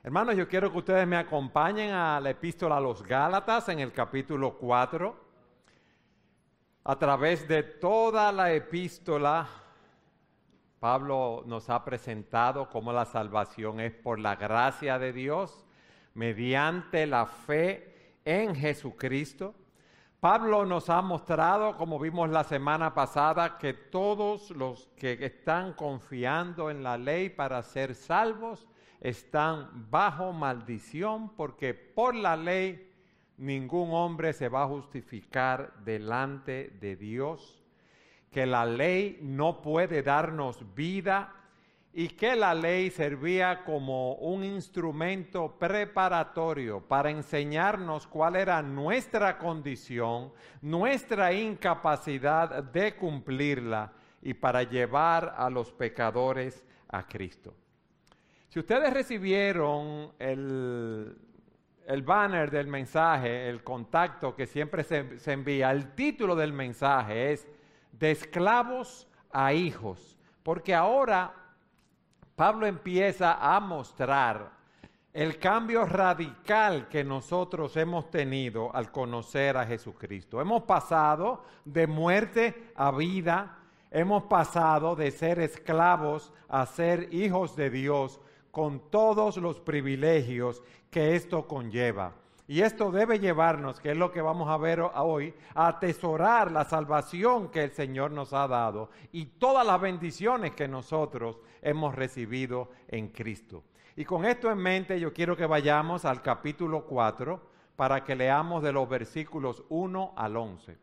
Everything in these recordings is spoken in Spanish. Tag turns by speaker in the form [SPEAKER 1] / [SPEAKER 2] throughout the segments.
[SPEAKER 1] Hermanos, yo quiero que ustedes me acompañen a la epístola a los Gálatas en el capítulo 4. A través de toda la epístola, Pablo nos ha presentado cómo la salvación es por la gracia de Dios, mediante la fe en Jesucristo. Pablo nos ha mostrado, como vimos la semana pasada, que todos los que están confiando en la ley para ser salvos están bajo maldición, porque por la ley ningún hombre se va a justificar delante de Dios, que la ley no puede darnos vida y que la ley servía como un instrumento preparatorio para enseñarnos cuál era nuestra condición, nuestra incapacidad de cumplirla y para llevar a los pecadores a Cristo. Si ustedes recibieron el banner del mensaje, el contacto que siempre se envía, el título del mensaje es De esclavos a hijos, porque ahora Pablo empieza a mostrar el cambio radical que nosotros hemos tenido al conocer a Jesucristo. Hemos pasado de muerte a vida, hemos pasado de ser esclavos a ser hijos de Dios, con todos los privilegios que esto conlleva. Y esto debe llevarnos, que es lo que vamos a ver hoy, a atesorar la salvación que el Señor nos ha dado y todas las bendiciones que nosotros hemos recibido en Cristo. Y con esto en mente yo quiero que vayamos al capítulo 4 para que leamos de los versículos 1 al 11.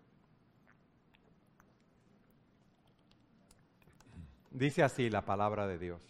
[SPEAKER 1] Dice así la palabra de Dios.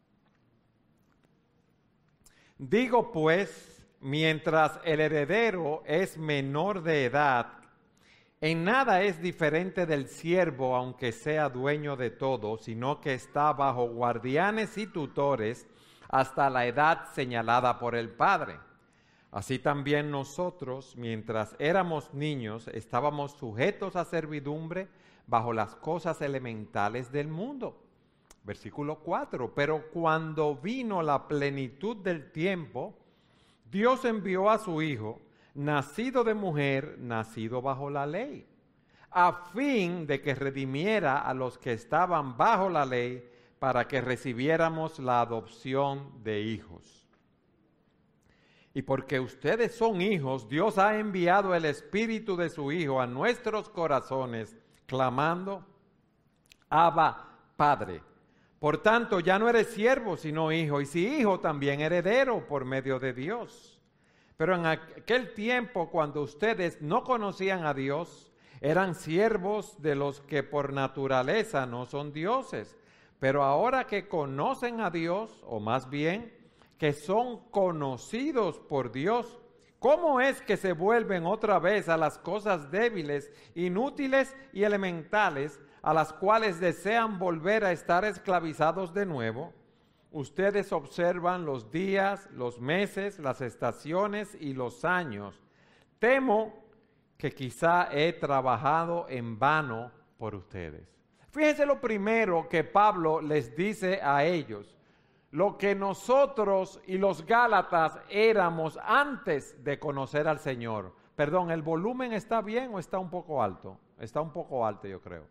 [SPEAKER 1] Digo pues, mientras el heredero es menor de edad, en nada es diferente del siervo, aunque sea dueño de todo, sino que está bajo guardianes y tutores hasta la edad señalada por el Padre. Así también nosotros, mientras éramos niños, estábamos sujetos a servidumbre bajo las cosas elementales del mundo. Versículo 4, pero cuando vino la plenitud del tiempo, Dios envió a su Hijo, nacido de mujer, nacido bajo la ley, a fin de que redimiera a los que estaban bajo la ley, para que recibiéramos la adopción de hijos. Y porque ustedes son hijos, Dios ha enviado el Espíritu de su Hijo a nuestros corazones, clamando, Abba, Padre. Por tanto, ya no eres siervo, sino hijo, y si hijo, también heredero por medio de Dios. Pero en aquel tiempo, cuando ustedes no conocían a Dios, eran siervos de los que por naturaleza no son dioses. Pero ahora que conocen a Dios, o más bien, que son conocidos por Dios, ¿cómo es que se vuelven otra vez a las cosas débiles, inútiles y elementales, a las cuales desean volver a estar esclavizados de nuevo? Ustedes observan los días, los meses, las estaciones y los años. Temo que quizá he trabajado en vano por ustedes. Fíjense lo primero que Pablo les dice a ellos. Lo que nosotros y los Gálatas éramos antes de conocer al Señor. Perdón, ¿el volumen está bien o está un poco alto? Está un poco alto, yo creo.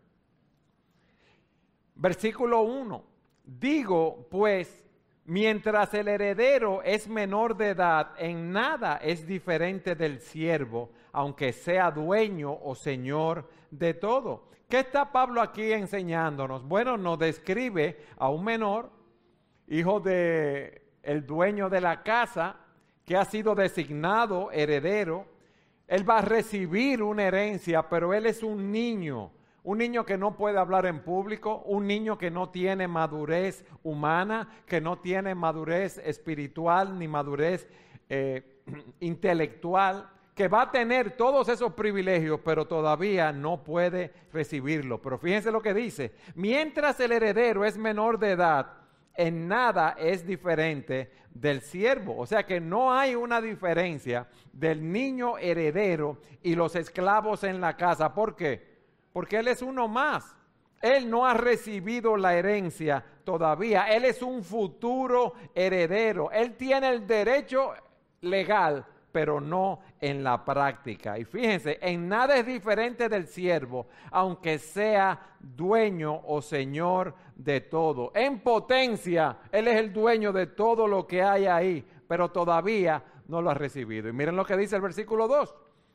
[SPEAKER 1] Versículo 1, digo pues, mientras el heredero es menor de edad, en nada es diferente del siervo, aunque sea dueño o señor de todo. ¿Qué está Pablo aquí enseñándonos? Bueno, nos describe a un menor, hijo del dueño de la casa, que ha sido designado heredero. Él va a recibir una herencia, pero él es un niño que no puede hablar en público, un niño que no tiene madurez humana, que no tiene madurez espiritual ni madurez intelectual, que va a tener todos esos privilegios, pero todavía no puede recibirlo. Pero fíjense lo que dice, mientras el heredero es menor de edad, en nada es diferente del siervo. O sea que no hay una diferencia del niño heredero y los esclavos en la casa. ¿Por qué? Porque él es uno más. Él no ha recibido la herencia todavía. Él es un futuro heredero. Él tiene el derecho legal, pero no en la práctica. Y fíjense, en nada es diferente del siervo, aunque sea dueño o señor de todo. En potencia, Él es el dueño de todo lo que hay ahí, pero todavía no lo ha recibido. Y miren lo que dice el versículo 2.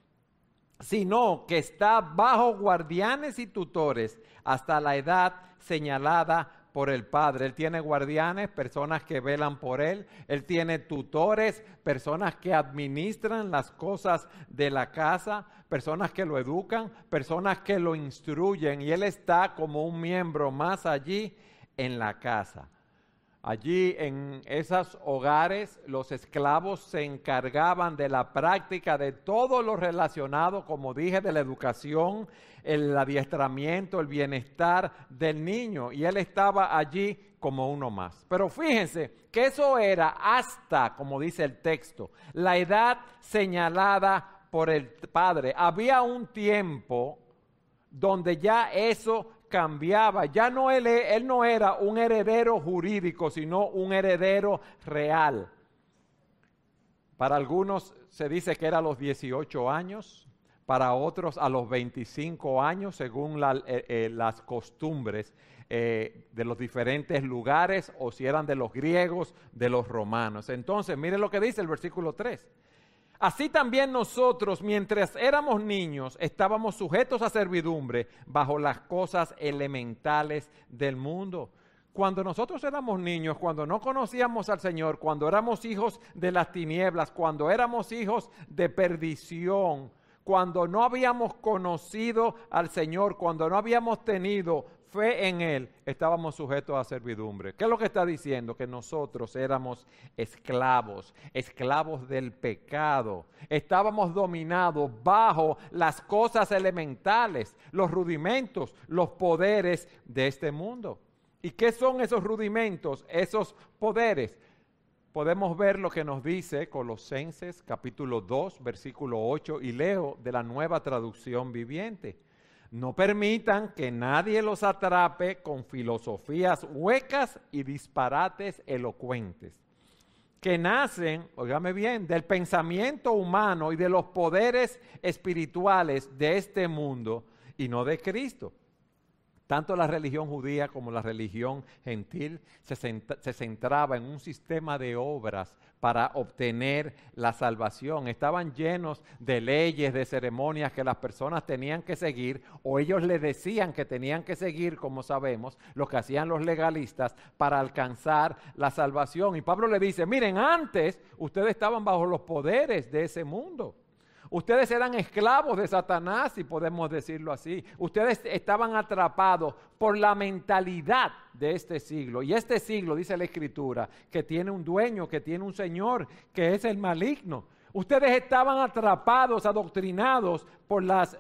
[SPEAKER 1] Sino que está bajo guardianes y tutores hasta la edad señalada por el Padre. Él tiene guardianes, personas que velan por Él. Él tiene tutores, personas que administran las cosas de la casa, personas que lo educan, personas que lo instruyen. Y Él está como un miembro más allí en la casa. Allí en esos hogares los esclavos se encargaban de la práctica de todo lo relacionado, como dije, de la educación, el adiestramiento, el bienestar del niño. Y él estaba allí como uno más. Pero fíjense que eso era hasta, como dice el texto, la edad señalada por el Padre. Había un tiempo donde ya eso cambiaba. Ya no él no era un heredero jurídico, sino un heredero real. Para algunos se dice que era a los 18 años, para otros a los 25 años, según las costumbres de los diferentes lugares, o si eran de los griegos, de los romanos. Entonces, miren lo que dice el versículo 3. Así también nosotros, mientras éramos niños, estábamos sujetos a servidumbre bajo las cosas elementales del mundo. Cuando nosotros éramos niños, cuando no conocíamos al Señor, cuando éramos hijos de las tinieblas, cuando éramos hijos de perdición, cuando no habíamos conocido al Señor, cuando no habíamos tenido fe en Él, estábamos sujetos a servidumbre. ¿Qué es lo que está diciendo? Que nosotros éramos esclavos, esclavos del pecado. Estábamos dominados bajo las cosas elementales, los rudimentos, los poderes de este mundo. ¿Y qué son esos rudimentos, esos poderes? Podemos ver lo que nos dice Colosenses capítulo 2, versículo 8, y leo de la Nueva Traducción Viviente. No permitan que nadie los atrape con filosofías huecas y disparates elocuentes, que nacen, óigame bien, del pensamiento humano y de los poderes espirituales de este mundo y no de Cristo. Tanto la religión judía como la religión gentil se centraba en un sistema de obras para obtener la salvación. Estaban llenos de leyes, de ceremonias que las personas tenían que seguir, o ellos le decían que tenían que seguir, como sabemos, lo que hacían los legalistas para alcanzar la salvación. Y Pablo le dice, miren, antes ustedes estaban bajo los poderes de ese mundo. Ustedes eran esclavos de Satanás, si podemos decirlo así. Ustedes estaban atrapados por la mentalidad de este siglo. Y este siglo, dice la Escritura, que tiene un dueño, que tiene un Señor, que es el maligno. Ustedes estaban atrapados, adoctrinados por las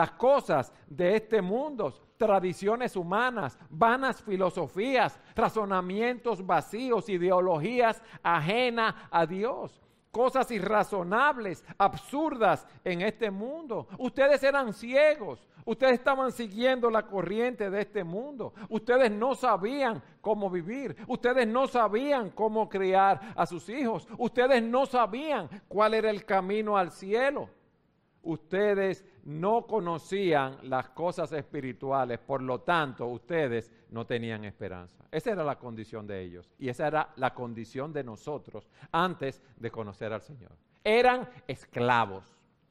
[SPEAKER 1] cosas de este mundo, tradiciones humanas, vanas filosofías, razonamientos vacíos, ideologías ajenas a Dios. Cosas irrazonables, absurdas en este mundo. Ustedes eran ciegos, ustedes estaban siguiendo la corriente de este mundo. Ustedes no sabían cómo vivir, ustedes no sabían cómo criar a sus hijos, ustedes no sabían cuál era el camino al cielo. Ustedes no conocían las cosas espirituales, por lo tanto, ustedes no tenían esperanza. Esa era la condición de ellos y esa era la condición de nosotros antes de conocer al Señor. Eran esclavos.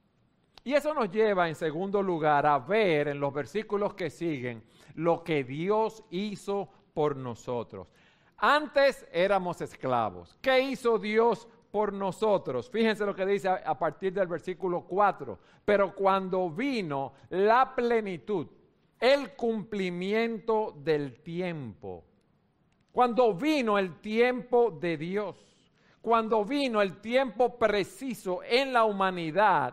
[SPEAKER 1] Y eso nos lleva, en segundo lugar, a ver en los versículos que siguen lo que Dios hizo por nosotros. Antes éramos esclavos. ¿Qué hizo Dios por nosotros? Fíjense lo que dice a partir del versículo 4. Pero cuando vino la plenitud, el cumplimiento del tiempo, cuando vino el tiempo de Dios, cuando vino el tiempo preciso en la humanidad,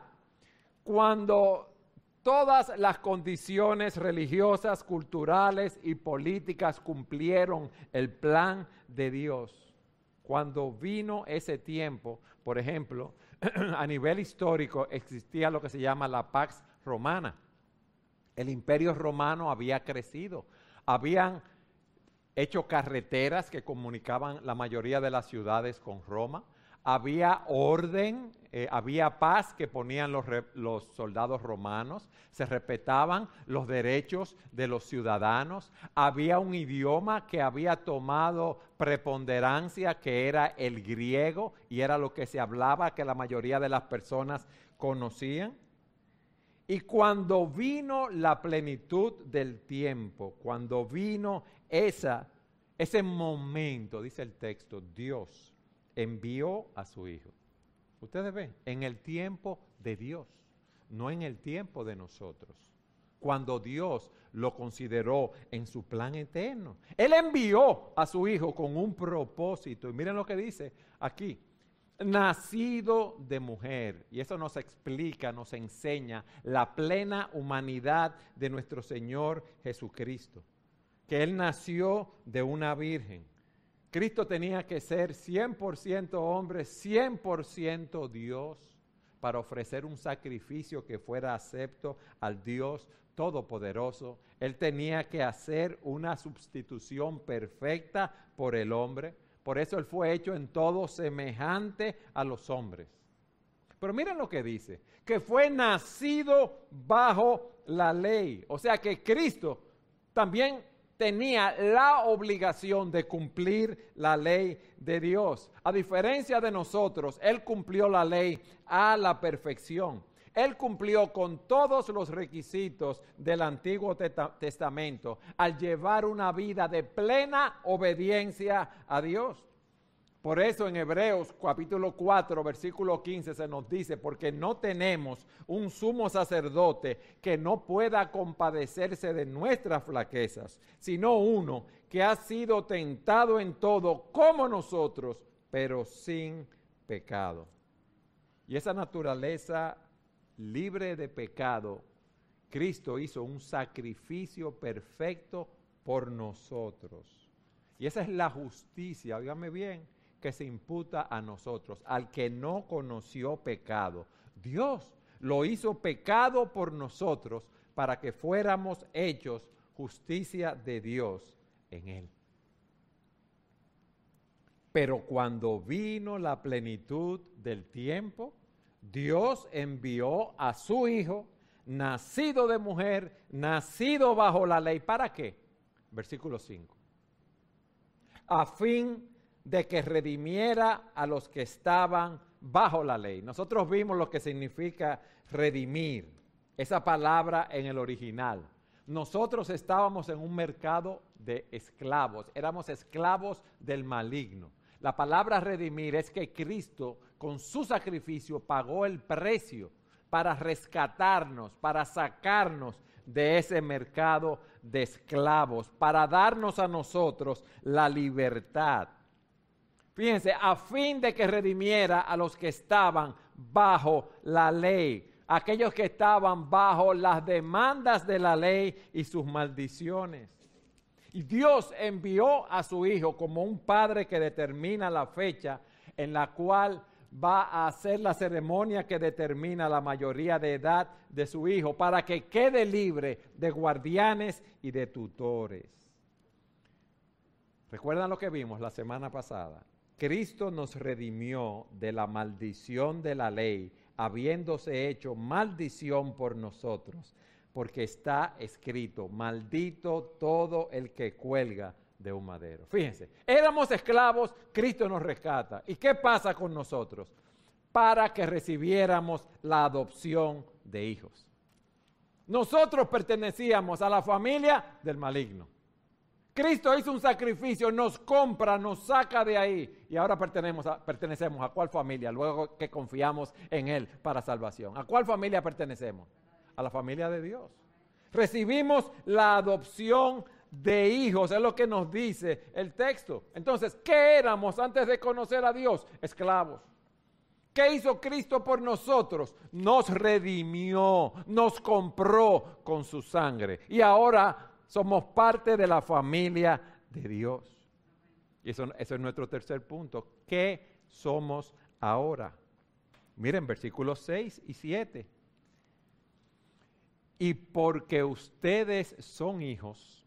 [SPEAKER 1] cuando todas las condiciones religiosas, culturales y políticas cumplieron el plan de Dios. Cuando vino ese tiempo, por ejemplo, a nivel histórico existía lo que se llama la Pax Romana. El Imperio Romano había crecido, Habían hecho carreteras que comunicaban la mayoría de las ciudades con Roma. Había orden, había paz que ponían los soldados romanos, se respetaban los derechos de los ciudadanos, había un idioma que había tomado preponderancia, que era el griego, y era lo que se hablaba, que la mayoría de las personas conocían. Y cuando vino la plenitud del tiempo, cuando vino ese momento, dice el texto, Dios envió a su Hijo. Ustedes ven, en el tiempo de Dios, no en el tiempo de nosotros. Cuando Dios lo consideró en su plan eterno. Él envió a su Hijo con un propósito. Y miren lo que dice aquí. Nacido de mujer. Y eso nos explica, nos enseña la plena humanidad de nuestro Señor Jesucristo. Que Él nació de una virgen. Cristo tenía que ser 100% hombre, 100% Dios, para ofrecer un sacrificio que fuera acepto al Dios Todopoderoso. Él tenía que hacer una sustitución perfecta por el hombre. Por eso Él fue hecho en todo semejante a los hombres. Pero miren lo que dice, que fue nacido bajo la ley. O sea que Cristo también tenía la obligación de cumplir la ley de Dios. A diferencia de nosotros, Él cumplió la ley a la perfección. Él cumplió con todos los requisitos del Antiguo Testamento al llevar una vida de plena obediencia a Dios. Por eso en Hebreos capítulo 4, versículo 15 se nos dice, porque no tenemos un sumo sacerdote que no pueda compadecerse de nuestras flaquezas, sino uno que ha sido tentado en todo como nosotros, pero sin pecado. Y esa naturaleza libre de pecado, Cristo hizo un sacrificio perfecto por nosotros. Y esa es la justicia, óigame bien, que se imputa a nosotros, al que no conoció pecado. Dios lo hizo pecado por nosotros para que fuéramos hechos justicia de Dios en Él. Pero cuando vino la plenitud del tiempo, Dios envió a su Hijo, nacido de mujer, nacido bajo la ley. ¿Para qué? Versículo 5. A fin de que redimiera a los que estaban bajo la ley. Nosotros vimos lo que significa redimir, esa palabra en el original. Nosotros estábamos en un mercado de esclavos, éramos esclavos del maligno. La palabra redimir es que Cristo con su sacrificio pagó el precio para rescatarnos, para sacarnos de ese mercado de esclavos, para darnos a nosotros la libertad. Fíjense, a fin de que redimiera a los que estaban bajo la ley, aquellos que estaban bajo las demandas de la ley y sus maldiciones. Y Dios envió a su Hijo como un padre que determina la fecha en la cual va a hacer la ceremonia que determina la mayoría de edad de su Hijo, para que quede libre de guardianes y de tutores. ¿Recuerdan lo que vimos la semana pasada? Cristo nos redimió de la maldición de la ley, habiéndose hecho maldición por nosotros, porque está escrito, maldito todo el que cuelga de un madero. Fíjense, éramos esclavos, Cristo nos rescata. ¿Y qué pasa con nosotros? Para que recibiéramos la adopción de hijos. Nosotros pertenecíamos a la familia del maligno. Cristo hizo un sacrificio, nos compra, nos saca de ahí y ahora pertenecemos a cuál familia, luego que confiamos en Él para salvación. ¿A cuál familia pertenecemos? A la familia de Dios. Recibimos la adopción de hijos, es lo que nos dice el texto. Entonces, ¿qué éramos antes de conocer a Dios? Esclavos. ¿Qué hizo Cristo por nosotros? Nos redimió, nos compró con su sangre y ahora somos parte de la familia de Dios. Y eso es nuestro tercer punto. ¿Qué somos ahora? Miren, versículos 6 y 7. Y porque ustedes son hijos,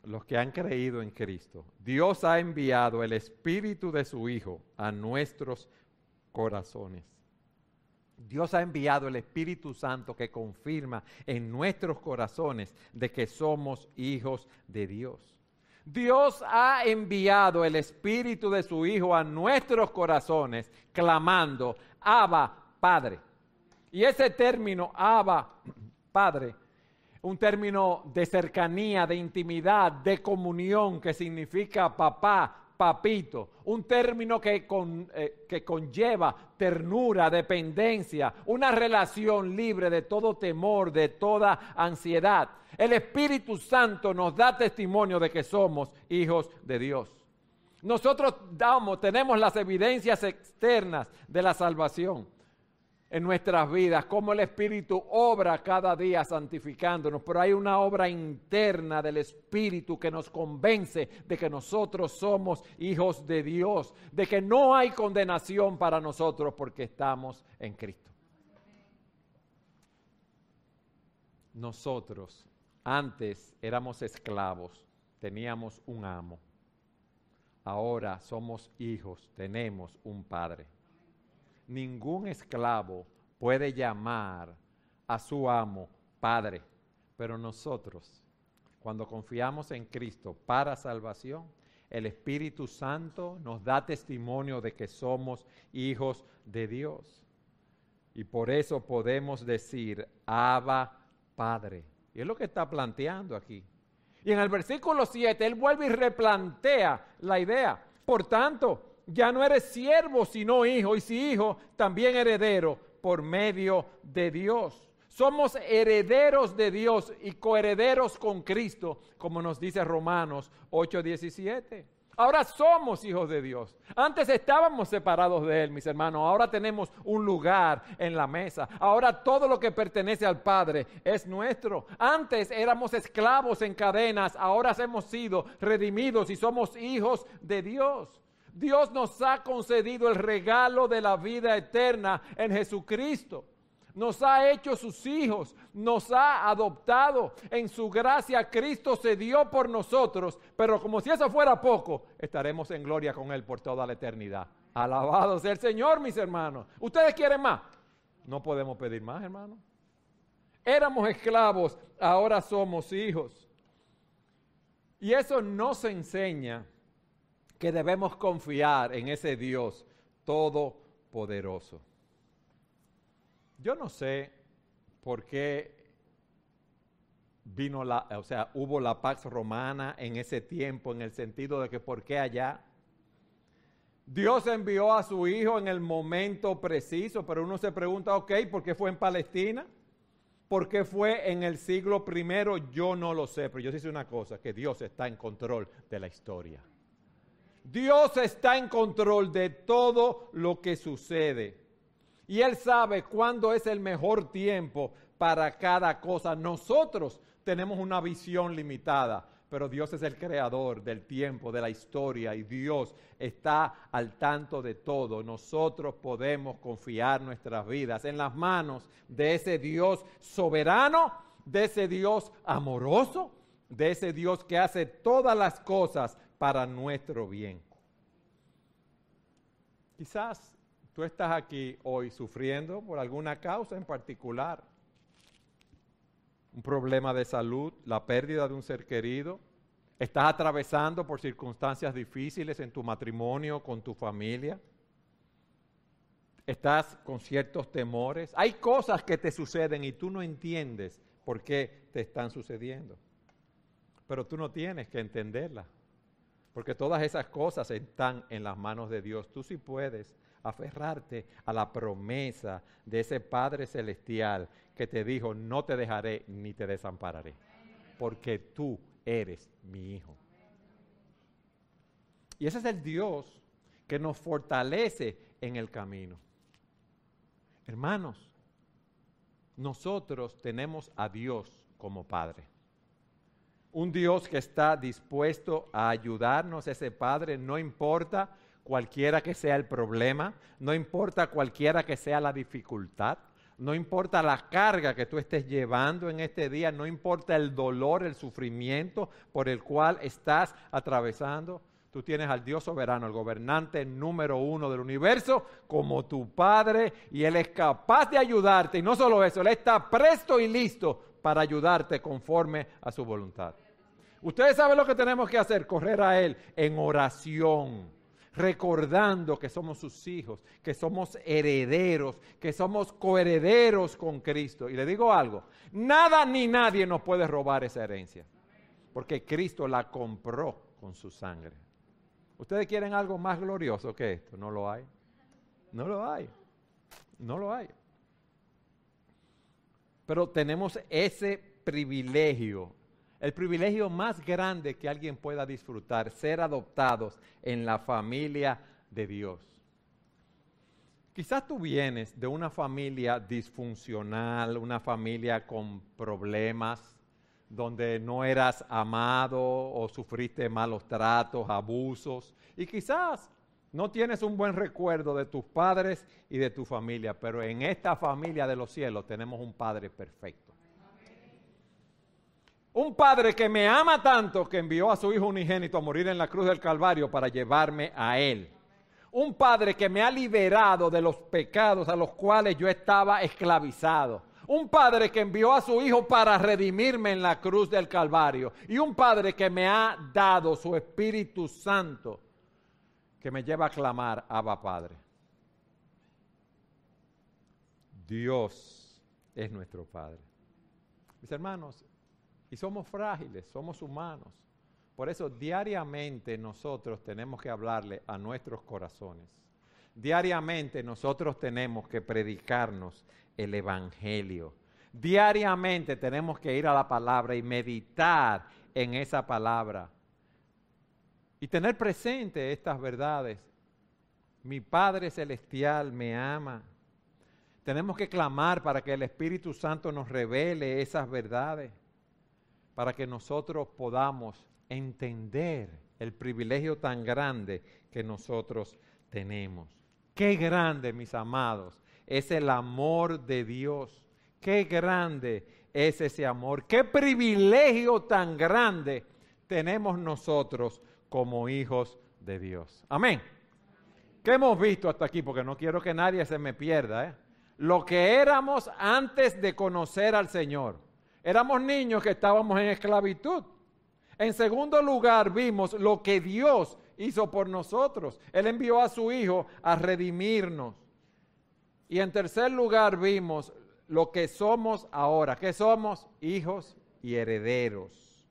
[SPEAKER 1] los que han creído en Cristo, Dios ha enviado el Espíritu de su Hijo a nuestros corazones. Dios ha enviado el Espíritu Santo que confirma en nuestros corazones de que somos hijos de Dios. Dios ha enviado el Espíritu de su Hijo a nuestros corazones, clamando, Abba, Padre. Y ese término, Abba, Padre, un término de cercanía, de intimidad, de comunión, que significa papá, papito, un término que conlleva ternura, dependencia, una relación libre de todo temor, de toda ansiedad. El Espíritu Santo nos da testimonio de que somos hijos de Dios. Nosotros tenemos las evidencias externas de la salvación en nuestras vidas, cómo el Espíritu obra cada día santificándonos, pero hay una obra interna del Espíritu que nos convence de que nosotros somos hijos de Dios, de que no hay condenación para nosotros porque estamos en Cristo. Nosotros antes éramos esclavos, teníamos un amo. Ahora somos hijos, tenemos un padre. Ningún esclavo puede llamar a su amo padre, pero nosotros, cuando confiamos en Cristo para salvación, el Espíritu Santo nos da testimonio de que somos hijos de Dios. Y por eso podemos decir, Abba, Padre. Y es lo que está planteando aquí. Y en el versículo 7, él vuelve y replantea la idea. Por tanto, ya no eres siervo, sino hijo, y si hijo, también heredero por medio de Dios. Somos herederos de Dios y coherederos con Cristo, como nos dice Romanos 8:17. Ahora somos hijos de Dios. Antes estábamos separados de Él, mis hermanos. Ahora tenemos un lugar en la mesa. Ahora todo lo que pertenece al Padre es nuestro. Antes éramos esclavos en cadenas. Ahora hemos sido redimidos y somos hijos de Dios. Dios nos ha concedido el regalo de la vida eterna en Jesucristo. Nos ha hecho sus hijos, nos ha adoptado. En su gracia Cristo se dio por nosotros, pero como si eso fuera poco, estaremos en gloria con Él por toda la eternidad. Alabado sea el Señor, mis hermanos. ¿Ustedes quieren más? No podemos pedir más, hermanos. Éramos esclavos, ahora somos hijos. Y eso nos enseña que debemos confiar en ese Dios todopoderoso. Yo no sé por qué hubo la Pax Romana en ese tiempo, en el sentido de que por qué allá. Dios envió a su Hijo en el momento preciso, pero uno se pregunta, ok, ¿por qué fue en Palestina? ¿Por qué fue en el siglo I? Yo no lo sé, pero yo sí sé una cosa, que Dios está en control de la historia. Dios está en control de todo lo que sucede. Y Él sabe cuándo es el mejor tiempo para cada cosa. Nosotros tenemos una visión limitada, pero Dios es el creador del tiempo, de la historia, y Dios está al tanto de todo. Nosotros podemos confiar nuestras vidas en las manos de ese Dios soberano, de ese Dios amoroso, de ese Dios que hace todas las cosas para nuestro bien. Quizás tú estás aquí hoy sufriendo por alguna causa en particular. Un problema de salud, la pérdida de un ser querido. Estás atravesando por circunstancias difíciles en tu matrimonio, con tu familia. Estás con ciertos temores. Hay cosas que te suceden y tú no entiendes por qué te están sucediendo. Pero tú no tienes que entenderlas, porque todas esas cosas están en las manos de Dios. Tú sí puedes aferrarte a la promesa de ese Padre Celestial que te dijo, no te dejaré ni te desampararé, porque tú eres mi hijo. Y ese es el Dios que nos fortalece en el camino. Hermanos, nosotros tenemos a Dios como Padre. Un Dios que está dispuesto a ayudarnos, ese Padre, no importa cualquiera que sea el problema, no importa cualquiera que sea la dificultad, no importa la carga que tú estés llevando en este día, no importa el dolor, el sufrimiento por el cual estás atravesando. Tú tienes al Dios soberano, el gobernante número 1 del universo, como tu Padre, y Él es capaz de ayudarte. Y no solo eso, Él está presto y listo para ayudarte conforme a su voluntad. Ustedes saben lo que tenemos que hacer, correr a Él en oración, recordando que somos sus hijos, que somos herederos, que somos coherederos con Cristo. Y le digo algo, nada ni nadie nos puede robar esa herencia, porque Cristo la compró con su sangre. ¿Ustedes quieren algo más glorioso que esto? No lo hay. No lo hay. No lo hay. Pero tenemos ese privilegio, el privilegio más grande que alguien pueda disfrutar, ser adoptados en la familia de Dios. Quizás tú vienes de una familia disfuncional, una familia con problemas, donde no eras amado o sufriste malos tratos, abusos, y quizás no tienes un buen recuerdo de tus padres y de tu familia, pero en esta familia de los cielos tenemos un Padre perfecto. Un Padre que me ama tanto que envió a su Hijo unigénito a morir en la cruz del Calvario para llevarme a Él. Un Padre que me ha liberado de los pecados a los cuales yo estaba esclavizado. Un Padre que envió a su Hijo para redimirme en la cruz del Calvario. Y un Padre que me ha dado su Espíritu Santo que me lleva a clamar, Abba Padre. Dios es nuestro Padre. Mis hermanos, y somos frágiles, somos humanos. Por eso diariamente nosotros tenemos que hablarle a nuestros corazones. Diariamente nosotros tenemos que predicarnos el Evangelio. Diariamente tenemos que ir a la palabra y meditar en esa palabra. Y tener presente estas verdades. Mi Padre Celestial me ama. Tenemos que clamar para que el Espíritu Santo nos revele esas verdades, para que nosotros podamos entender el privilegio tan grande que nosotros tenemos. Qué grande, mis amados, es el amor de Dios. Qué grande es ese amor. Qué privilegio tan grande tenemos nosotros como hijos de Dios. Amén. ¿Qué hemos visto hasta aquí? Porque no quiero que nadie se me pierda. Lo que éramos antes de conocer al Señor. Éramos niños que estábamos en esclavitud. En segundo lugar, vimos lo que Dios hizo por nosotros. Él envió a su Hijo a redimirnos. Y en tercer lugar, vimos lo que somos ahora. ¿Qué somos? Hijos y herederos.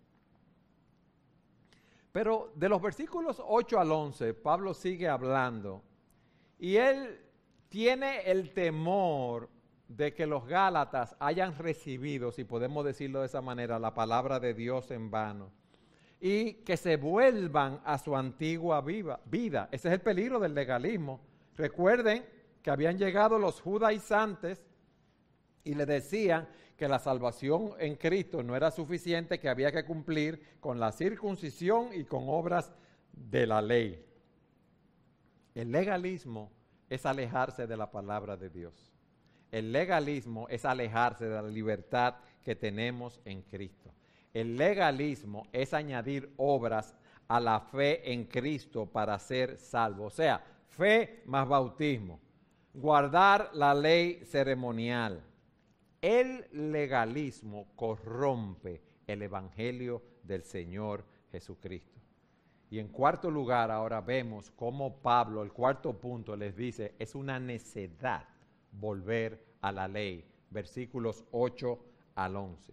[SPEAKER 1] Pero de los versículos 8 al 11, Pablo sigue hablando. Y él tiene el temor de que los Gálatas hayan recibido, si podemos decirlo de esa manera, la palabra de Dios en vano. Y que se vuelvan a su antigua vida. Ese es el peligro del legalismo. Recuerden que habían llegado los judaizantes y le decían que la salvación en Cristo no era suficiente, que había que cumplir con la circuncisión y con obras de la ley. El legalismo es alejarse de la palabra de Dios. El legalismo es alejarse de la libertad que tenemos en Cristo. El legalismo es añadir obras a la fe en Cristo para ser salvo. O sea, fe más bautismo. Guardar la ley ceremonial. El legalismo corrompe el evangelio del Señor Jesucristo. Y en cuarto lugar, ahora vemos cómo Pablo, el cuarto punto, les dice, es una necedad volver a la ley. Versículos 8 al 11.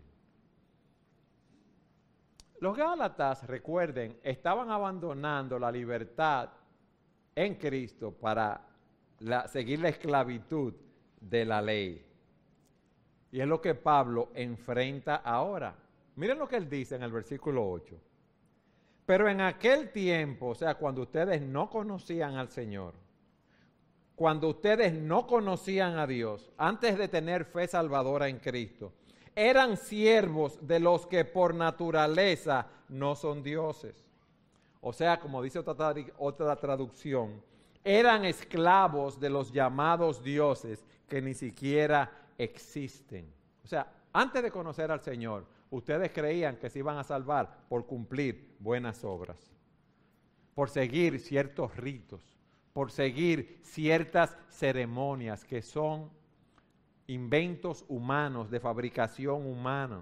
[SPEAKER 1] Los Gálatas, recuerden, estaban abandonando la libertad en Cristo para seguir la esclavitud de la ley. Y es lo que Pablo enfrenta ahora. Miren lo que él dice en el versículo 8. Pero en aquel tiempo, o sea, cuando ustedes no conocían al Señor, cuando ustedes no conocían a Dios, antes de tener fe salvadora en Cristo, eran siervos de los que por naturaleza no son dioses. O sea, como dice otra traducción, eran esclavos de los llamados dioses que ni siquiera existen. O sea, antes de conocer al Señor, ustedes creían que se iban a salvar por cumplir buenas obras, por seguir ciertos ritos, por seguir ciertas ceremonias que son inventos humanos, de fabricación humana.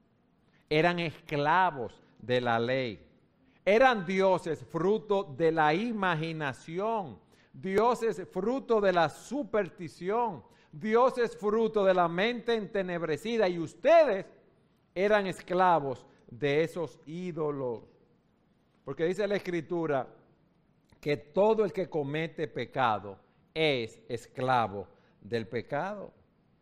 [SPEAKER 1] Eran esclavos de la ley. Eran dioses fruto de la imaginación, dioses fruto de la superstición, dioses fruto de la mente entenebrecida, y ustedes eran esclavos de esos ídolos. Porque dice la Escritura que todo el que comete pecado es esclavo del pecado.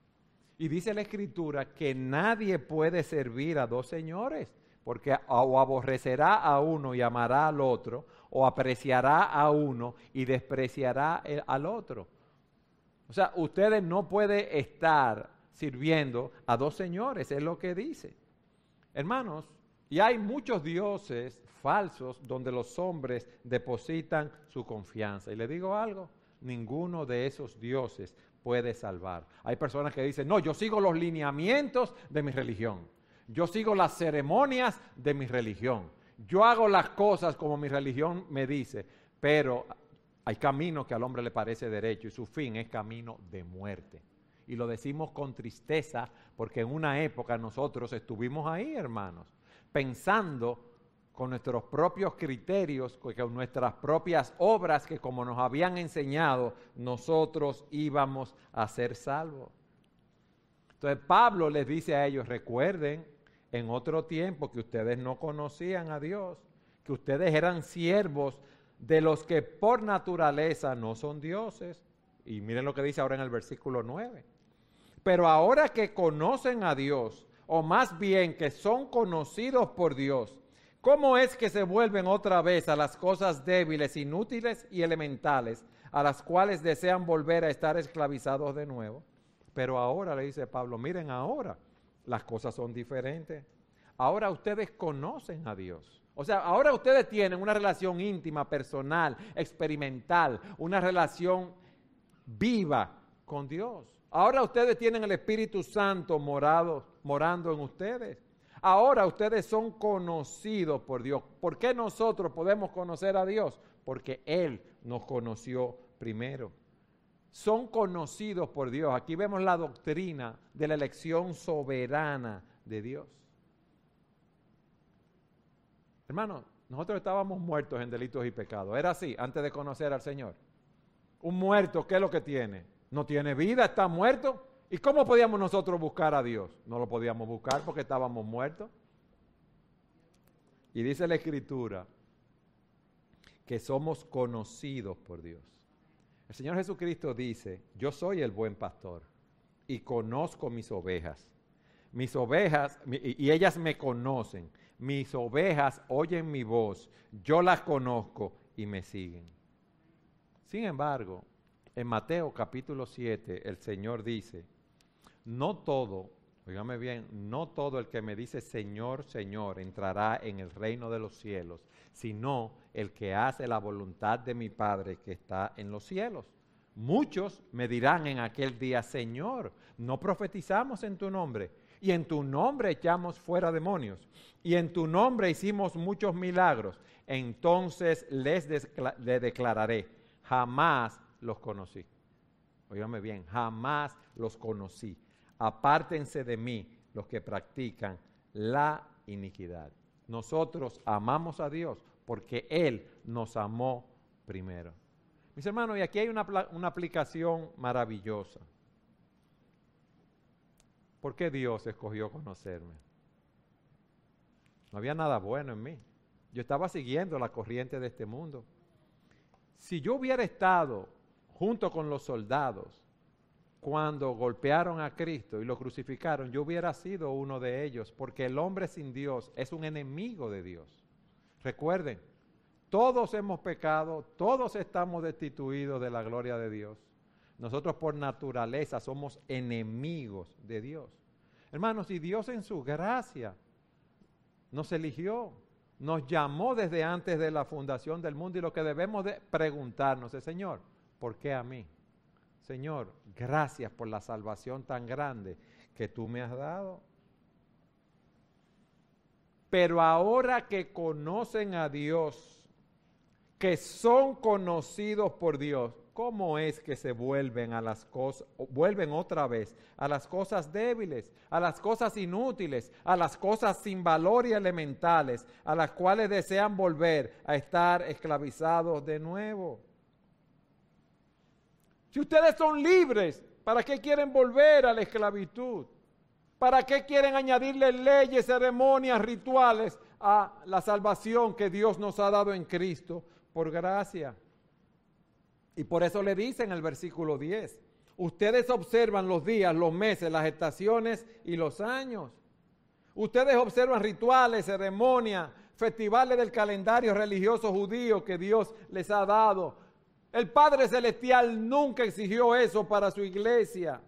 [SPEAKER 1] Y dice la Escritura que nadie puede servir a dos señores, porque o aborrecerá a uno y amará al otro, o apreciará a uno y despreciará al otro. O sea, ustedes no pueden estar sirviendo a dos señores, es lo que dice. Hermanos, y hay muchos dioses falsos donde los hombres depositan su confianza. Y le digo algo, ninguno de esos dioses puede salvar. Hay personas que dicen, no, yo sigo los lineamientos de mi religión. Yo sigo las ceremonias de mi religión. Yo hago las cosas como mi religión me dice, pero hay camino que al hombre le parece derecho y su fin es camino de muerte. Y lo decimos con tristeza porque en una época nosotros estuvimos ahí, hermanos, pensando con nuestros propios criterios, con nuestras propias obras que como nos habían enseñado, nosotros íbamos a ser salvos. Entonces Pablo les dice a ellos, recuerden en otro tiempo que ustedes no conocían a Dios, que ustedes eran siervos de los que por naturaleza no son dioses. Y miren lo que dice ahora en el versículo 9. Pero ahora que conocen a Dios, o más bien que son conocidos por Dios, ¿cómo es que se vuelven otra vez a las cosas débiles, inútiles y elementales, a las cuales desean volver a estar esclavizados de nuevo? Pero ahora, le dice Pablo, miren ahora, las cosas son diferentes. Ahora ustedes conocen a Dios. O sea, ahora ustedes tienen una relación íntima, personal, experimental, una relación viva con Dios. Ahora ustedes tienen el Espíritu Santo morando en ustedes. Ahora ustedes son conocidos por Dios. ¿Por qué nosotros podemos conocer a Dios? Porque Él nos conoció primero. Son conocidos por Dios. Aquí vemos la doctrina de la elección soberana de Dios. Hermanos, nosotros estábamos muertos en delitos y pecados. Era así, antes de conocer al Señor. Un muerto, ¿qué es lo que tiene? No tiene vida, está muerto. ¿Y cómo podíamos nosotros buscar a Dios? No lo podíamos buscar porque estábamos muertos. Y dice la Escritura que somos conocidos por Dios. El Señor Jesucristo dice, yo soy el buen pastor y conozco mis ovejas. Mis ovejas, y ellas me conocen. Mis ovejas oyen mi voz, yo las conozco y me siguen. Sin embargo, en Mateo capítulo 7, el Señor dice, no todo, óigame bien, no todo el que me dice Señor, Señor, entrará en el reino de los cielos, sino el que hace la voluntad de mi Padre que está en los cielos. Muchos me dirán en aquel día, Señor, no profetizamos en tu nombre, y en tu nombre echamos fuera demonios, y en tu nombre hicimos muchos milagros. Entonces les declararé, jamás los conocí. Óigame bien, jamás los conocí. Apártense de mí los que practican la iniquidad. Nosotros amamos a Dios porque Él nos amó primero. Mis hermanos, y aquí hay una aplicación maravillosa. ¿Por qué Dios escogió conocerme? No había nada bueno en mí. Yo estaba siguiendo la corriente de este mundo. Si yo hubiera estado junto con los soldados cuando golpearon a Cristo y lo crucificaron, yo hubiera sido uno de ellos, porque el hombre sin Dios es un enemigo de Dios. Recuerden, todos hemos pecado, todos estamos destituidos de la gloria de Dios. Nosotros por naturaleza somos enemigos de Dios. Hermanos, y Dios en su gracia nos eligió, nos llamó desde antes de la fundación del mundo, y lo que debemos de preguntarnos es, Señor, ¿por qué a mí? Señor, gracias por la salvación tan grande que tú me has dado. Pero ahora que conocen a Dios, que son conocidos por Dios, ¿cómo es que se vuelven a las cosas, vuelven otra vez a las cosas débiles, a las cosas inútiles, a las cosas sin valor y elementales, a las cuales desean volver a estar esclavizados de nuevo? Si ustedes son libres, ¿para qué quieren volver a la esclavitud? ¿Para qué quieren añadirle leyes, ceremonias, rituales a la salvación que Dios nos ha dado en Cristo por gracia? Y por eso le dice en el versículo 10, ustedes observan los días, los meses, las estaciones y los años. Ustedes observan rituales, ceremonias, festivales del calendario religioso judío que Dios les ha dado. El Padre Celestial nunca exigió eso para su iglesia.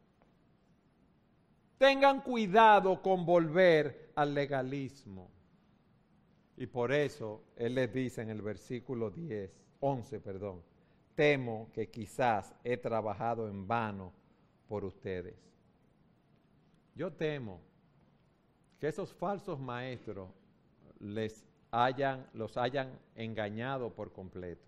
[SPEAKER 1] Tengan cuidado con volver al legalismo. Y por eso Él les dice en el versículo 11, temo que quizás he trabajado en vano por ustedes. Yo temo que esos falsos maestros los hayan engañado por completo.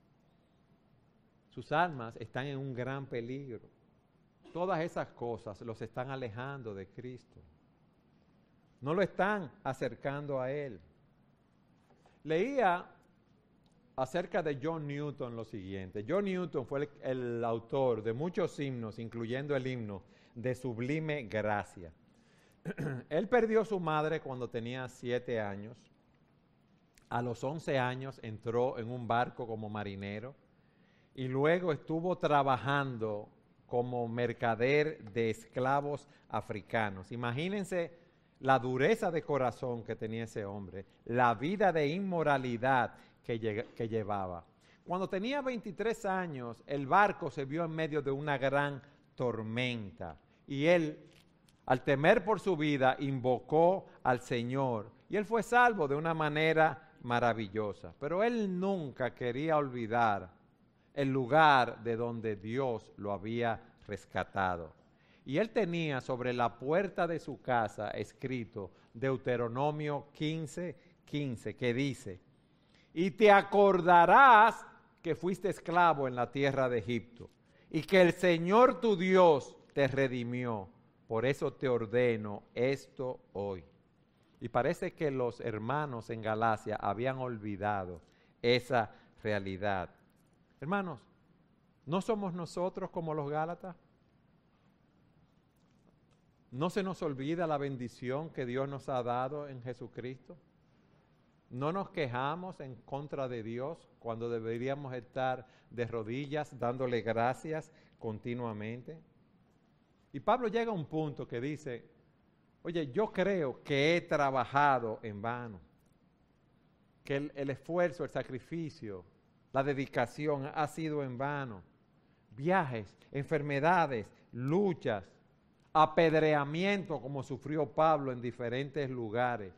[SPEAKER 1] Sus almas están en un gran peligro. Todas esas cosas los están alejando de Cristo. No lo están acercando a Él. Leía acerca de John Newton lo siguiente. John Newton fue el autor de muchos himnos, incluyendo el himno de Sublime Gracia. Él perdió a su madre cuando tenía 7 años. A los 11 años entró en un barco como marinero y luego estuvo trabajando como mercader de esclavos africanos. Imagínense la dureza de corazón que tenía ese hombre, la vida de inmoralidad que llevaba. Cuando tenía 23 años, el barco se vio en medio de una gran tormenta y él, al temer por su vida, invocó al Señor y él fue salvo de una manera maravillosa. Pero él nunca quería olvidar el lugar de donde Dios lo había rescatado. Y él tenía sobre la puerta de su casa escrito Deuteronomio 15:15, que dice, y te acordarás que fuiste esclavo en la tierra de Egipto, y que el Señor tu Dios te redimió. Por eso te ordeno esto hoy. Y parece que los hermanos en Galacia habían olvidado esa realidad. Hermanos, ¿no somos nosotros como los Gálatas? ¿No se nos olvida la bendición que Dios nos ha dado en Jesucristo? ¿No nos quejamos en contra de Dios cuando deberíamos estar de rodillas dándole gracias continuamente? Y Pablo llega a un punto que dice, oye, yo creo que he trabajado en vano, que el esfuerzo, el sacrificio, la dedicación ha sido en vano. Viajes, enfermedades, luchas, apedreamiento como sufrió Pablo en diferentes lugares.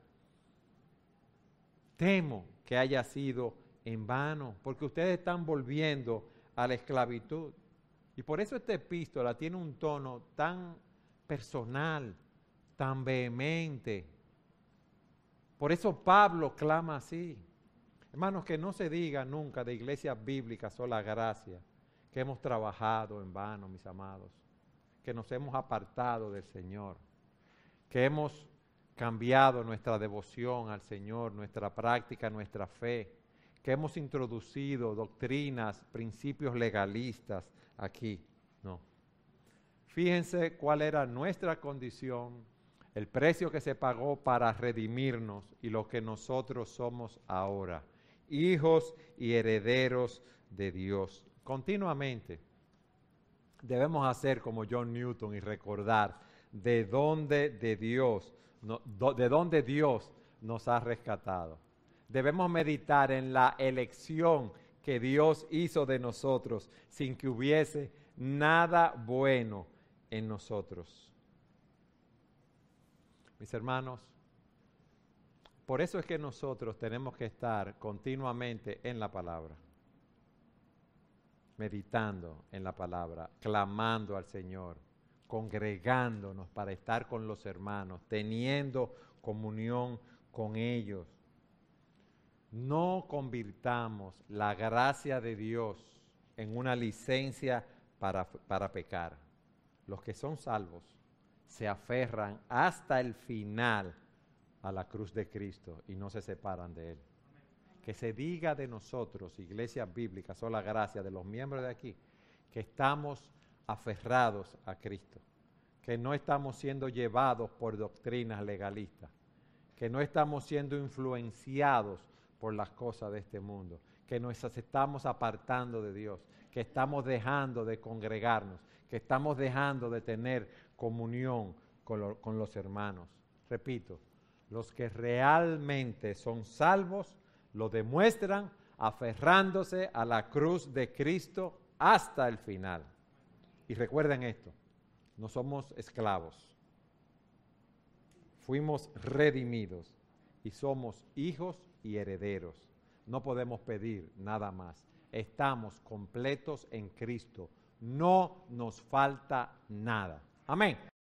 [SPEAKER 1] Temo que haya sido en vano, porque ustedes están volviendo a la esclavitud. Y por eso esta epístola tiene un tono tan personal, tan vehemente. Por eso Pablo clama así. Hermanos, que no se diga nunca de Iglesia Bíblica Sola Gracia que hemos trabajado en vano, mis amados, que nos hemos apartado del Señor, que hemos cambiado nuestra devoción al Señor, nuestra práctica, nuestra fe, que hemos introducido doctrinas, principios legalistas aquí. No. Fíjense cuál era nuestra condición, el precio que se pagó para redimirnos y lo que nosotros somos ahora, hijos y herederos de Dios. Continuamente debemos hacer como John Newton y recordar de dónde Dios nos ha rescatado. Debemos meditar en la elección que Dios hizo de nosotros sin que hubiese nada bueno en nosotros. Mis hermanos, por eso es que nosotros tenemos que estar continuamente en la palabra. meditando en la palabra, clamando al Señor, congregándonos para estar con los hermanos, teniendo comunión con ellos. No convirtamos la gracia de Dios en una licencia para pecar. Los que son salvos se aferran hasta el final a la cruz de Cristo y no se separan de Él. Que se diga de nosotros, Iglesia Bíblica, sola gracia, de los miembros de aquí, que estamos aferrados a Cristo, que no estamos siendo llevados por doctrinas legalistas, que no estamos siendo influenciados por las cosas de este mundo, que nos estamos apartando de Dios, que estamos dejando de congregarnos, que estamos dejando de tener comunión con los hermanos. Repito, los que realmente son salvos lo demuestran aferrándose a la cruz de Cristo hasta el final. Y recuerden esto, no somos esclavos, fuimos redimidos y somos hijos y herederos. No podemos pedir nada más. Estamos completos en Cristo. No nos falta nada. Amén.